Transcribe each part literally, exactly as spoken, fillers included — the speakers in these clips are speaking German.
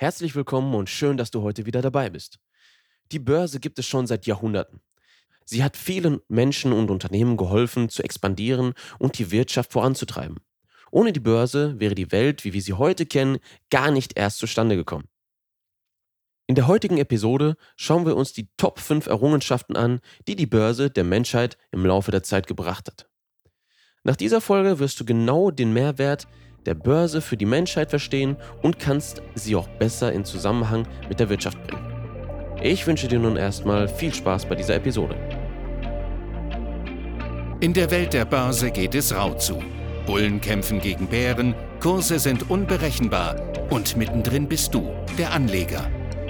Herzlich willkommen und schön, dass du heute wieder dabei bist. Die Börse gibt es schon seit Jahrhunderten. Sie hat vielen Menschen und Unternehmen geholfen, zu expandieren und die Wirtschaft voranzutreiben. Ohne die Börse wäre die Welt, wie wir sie heute kennen, gar nicht erst zustande gekommen. In der heutigen Episode schauen wir uns die Top fünf Errungenschaften an, die die Börse der Menschheit im Laufe der Zeit gebracht hat. Nach dieser Folge wirst du genau den Mehrwert der Börse für die Menschheit verstehen und kannst sie auch besser in Zusammenhang mit der Wirtschaft bringen. Ich wünsche dir nun erstmal viel Spaß bei dieser Episode. In der Welt der Börse geht es rau zu. Bullen kämpfen gegen Bären, Kurse sind unberechenbar und mittendrin bist du, der Anleger.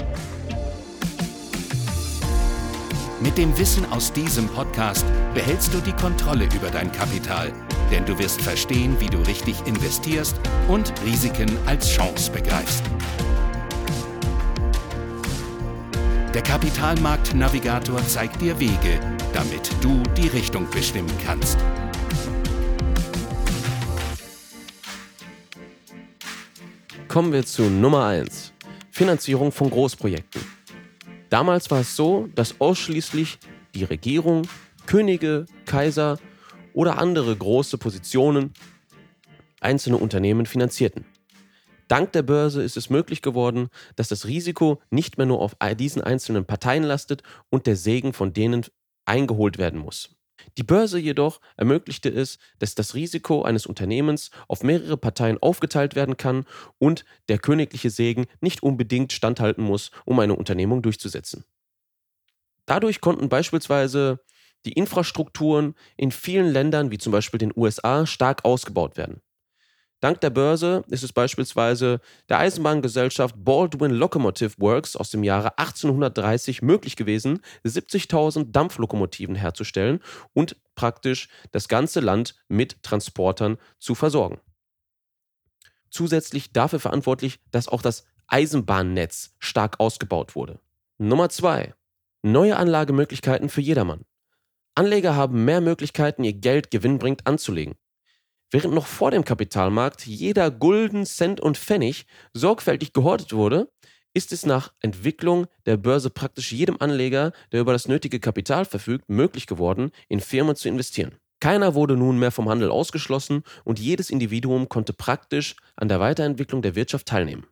Mit dem Wissen aus diesem Podcast behältst du die Kontrolle über dein Kapital, denn du wirst verstehen, wie du richtig investierst und Risiken als Chance begreifst. Der Kapitalmarkt-Navigator zeigt dir Wege, damit du die Richtung bestimmen kannst. Kommen wir zu Nummer eins. Finanzierung von Großprojekten. Damals war es so, dass ausschließlich die Regierung, Könige, Kaiser oder andere große Positionen einzelne Unternehmen finanzierten. Dank der Börse ist es möglich geworden, dass das Risiko nicht mehr nur auf diesen einzelnen Parteien lastet und der Segen von denen eingeholt werden muss. Die Börse jedoch ermöglichte es, dass das Risiko eines Unternehmens auf mehrere Parteien aufgeteilt werden kann und der königliche Segen nicht unbedingt standhalten muss, um eine Unternehmung durchzusetzen. Dadurch konnten beispielsweise die Infrastrukturen in vielen Ländern, wie zum Beispiel den U S A, stark ausgebaut werden. Dank der Börse ist es beispielsweise der Eisenbahngesellschaft Baldwin Locomotive Works aus dem Jahre achtzehnhundertdreißig möglich gewesen, siebzigtausend Dampflokomotiven herzustellen und praktisch das ganze Land mit Transportern zu versorgen. Zusätzlich dafür verantwortlich, dass auch das Eisenbahnnetz stark ausgebaut wurde. Nummer zwei. Neue Anlagemöglichkeiten für jedermann. Anleger haben mehr Möglichkeiten, ihr Geld gewinnbringend anzulegen. Während noch vor dem Kapitalmarkt jeder Gulden, Cent und Pfennig sorgfältig gehortet wurde, ist es nach Entwicklung der Börse praktisch jedem Anleger, der über das nötige Kapital verfügt, möglich geworden, in Firmen zu investieren. Keiner wurde nunmehr vom Handel ausgeschlossen und jedes Individuum konnte praktisch an der Weiterentwicklung der Wirtschaft teilnehmen.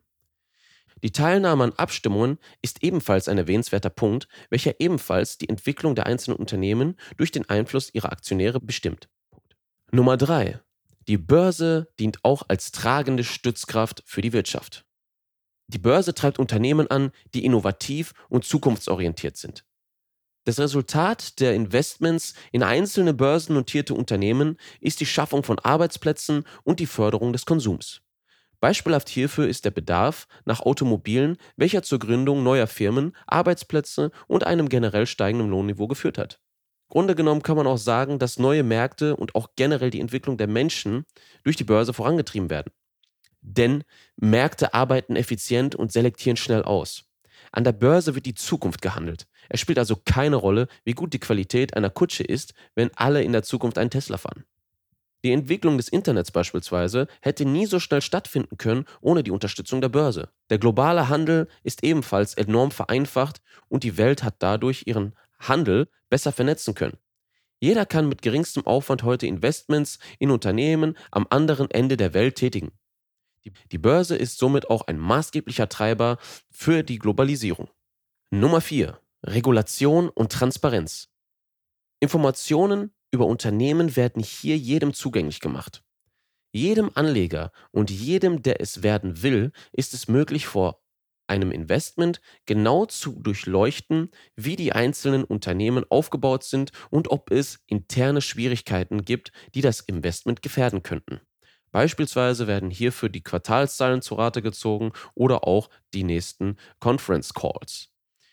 Die Teilnahme an Abstimmungen ist ebenfalls ein erwähnenswerter Punkt, welcher ebenfalls die Entwicklung der einzelnen Unternehmen durch den Einfluss ihrer Aktionäre bestimmt. Nummer drei. Die Börse dient auch als tragende Stützkraft für die Wirtschaft. Die Börse treibt Unternehmen an, die innovativ und zukunftsorientiert sind. Das Resultat der Investments in einzelne börsennotierte Unternehmen ist die Schaffung von Arbeitsplätzen und die Förderung des Konsums. Beispielhaft hierfür ist der Bedarf nach Automobilen, welcher zur Gründung neuer Firmen, Arbeitsplätze und einem generell steigenden Lohnniveau geführt hat. Grunde genommen kann man auch sagen, dass neue Märkte und auch generell die Entwicklung der Menschen durch die Börse vorangetrieben werden. Denn Märkte arbeiten effizient und selektieren schnell aus. An der Börse wird die Zukunft gehandelt. Es spielt also keine Rolle, wie gut die Qualität einer Kutsche ist, wenn alle in der Zukunft einen Tesla fahren. Die Entwicklung des Internets beispielsweise hätte nie so schnell stattfinden können ohne die Unterstützung der Börse. Der globale Handel ist ebenfalls enorm vereinfacht und die Welt hat dadurch ihren Handel besser vernetzen können. Jeder kann mit geringstem Aufwand heute Investments in Unternehmen am anderen Ende der Welt tätigen. Die, die Börse ist somit auch ein maßgeblicher Treiber für die Globalisierung. Nummer vier. Regulation und Transparenz. Informationen über Unternehmen werden hier jedem zugänglich gemacht. Jedem Anleger und jedem, der es werden will, ist es möglich, vor einem Investment genau zu durchleuchten, wie die einzelnen Unternehmen aufgebaut sind und ob es interne Schwierigkeiten gibt, die das Investment gefährden könnten. Beispielsweise werden hierfür die Quartalszahlen zu Rate gezogen oder auch die nächsten Conference Calls.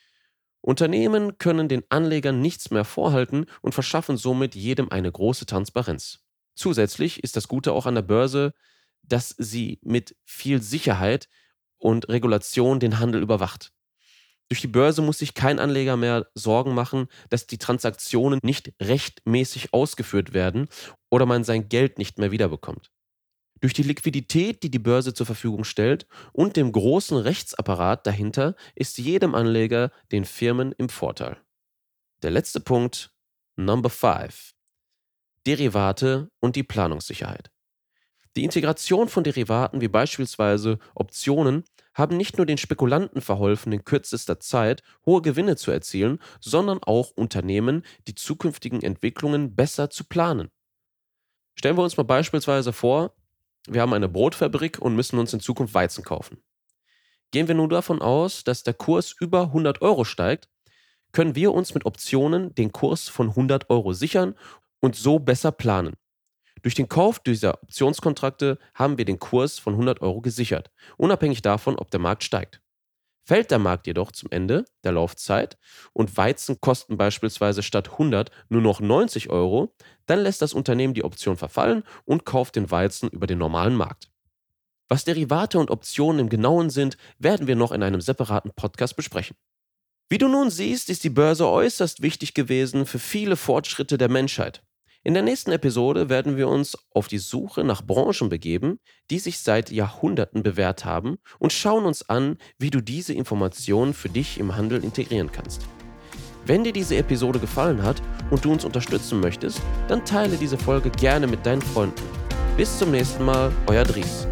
Unternehmen können den Anlegern nichts mehr vorhalten und verschaffen somit jedem eine große Transparenz. Zusätzlich ist das Gute auch an der Börse, dass sie mit viel Sicherheit und Regulation den Handel überwacht. Durch die Börse muss sich kein Anleger mehr Sorgen machen, dass die Transaktionen nicht rechtmäßig ausgeführt werden oder man sein Geld nicht mehr wiederbekommt. Durch die Liquidität, die die Börse zur Verfügung stellt und dem großen Rechtsapparat dahinter, ist jedem Anleger den Firmen im Vorteil. Der letzte Punkt, Number five. Derivate und die Planungssicherheit. Die Integration von Derivaten wie beispielsweise Optionen haben nicht nur den Spekulanten verholfen, in kürzester Zeit hohe Gewinne zu erzielen, sondern auch Unternehmen, die zukünftigen Entwicklungen besser zu planen. Stellen wir uns mal beispielsweise vor, wir haben eine Brotfabrik und müssen uns in Zukunft Weizen kaufen. Gehen wir nun davon aus, dass der Kurs über hundert Euro steigt, können wir uns mit Optionen den Kurs von hundert Euro sichern und so besser planen. Durch den Kauf dieser Optionskontrakte haben wir den Kurs von hundert Euro gesichert, unabhängig davon, ob der Markt steigt. Fällt der Markt jedoch zum Ende der Laufzeit und Weizen kosten beispielsweise statt hundert nur noch neunzig Euro, dann lässt das Unternehmen die Option verfallen und kauft den Weizen über den normalen Markt. Was Derivate und Optionen im Genauen sind, werden wir noch in einem separaten Podcast besprechen. Wie du nun siehst, ist die Börse äußerst wichtig gewesen für viele Fortschritte der Menschheit. In der nächsten Episode werden wir uns auf die Suche nach Branchen begeben, die sich seit Jahrhunderten bewährt haben und schauen uns an, wie du diese Informationen für dich im Handel integrieren kannst. Wenn dir diese Episode gefallen hat und du uns unterstützen möchtest, dann teile diese Folge gerne mit deinen Freunden. Bis zum nächsten Mal, euer Dries.